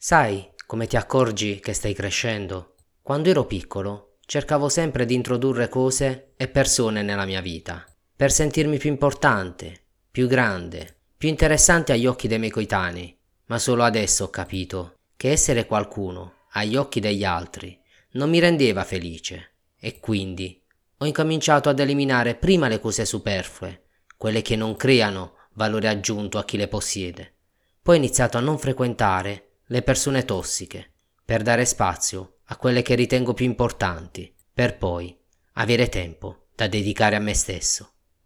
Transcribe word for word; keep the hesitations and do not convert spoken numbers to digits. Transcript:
Sai come ti accorgi che stai crescendo? Quando ero piccolo, cercavo sempre di introdurre cose e persone nella mia vita, per sentirmi più importante, più grande, più interessante agli occhi dei miei coetanei, ma solo adesso ho capito che essere qualcuno agli occhi degli altri non mi rendeva felice e quindi ho incominciato ad eliminare prima le cose superflue, quelle che non creano valore aggiunto a chi le possiede. Poi ho iniziato a non frequentare le persone tossiche, per dare spazio a quelle che ritengo più importanti, per poi avere tempo da dedicare a me stesso.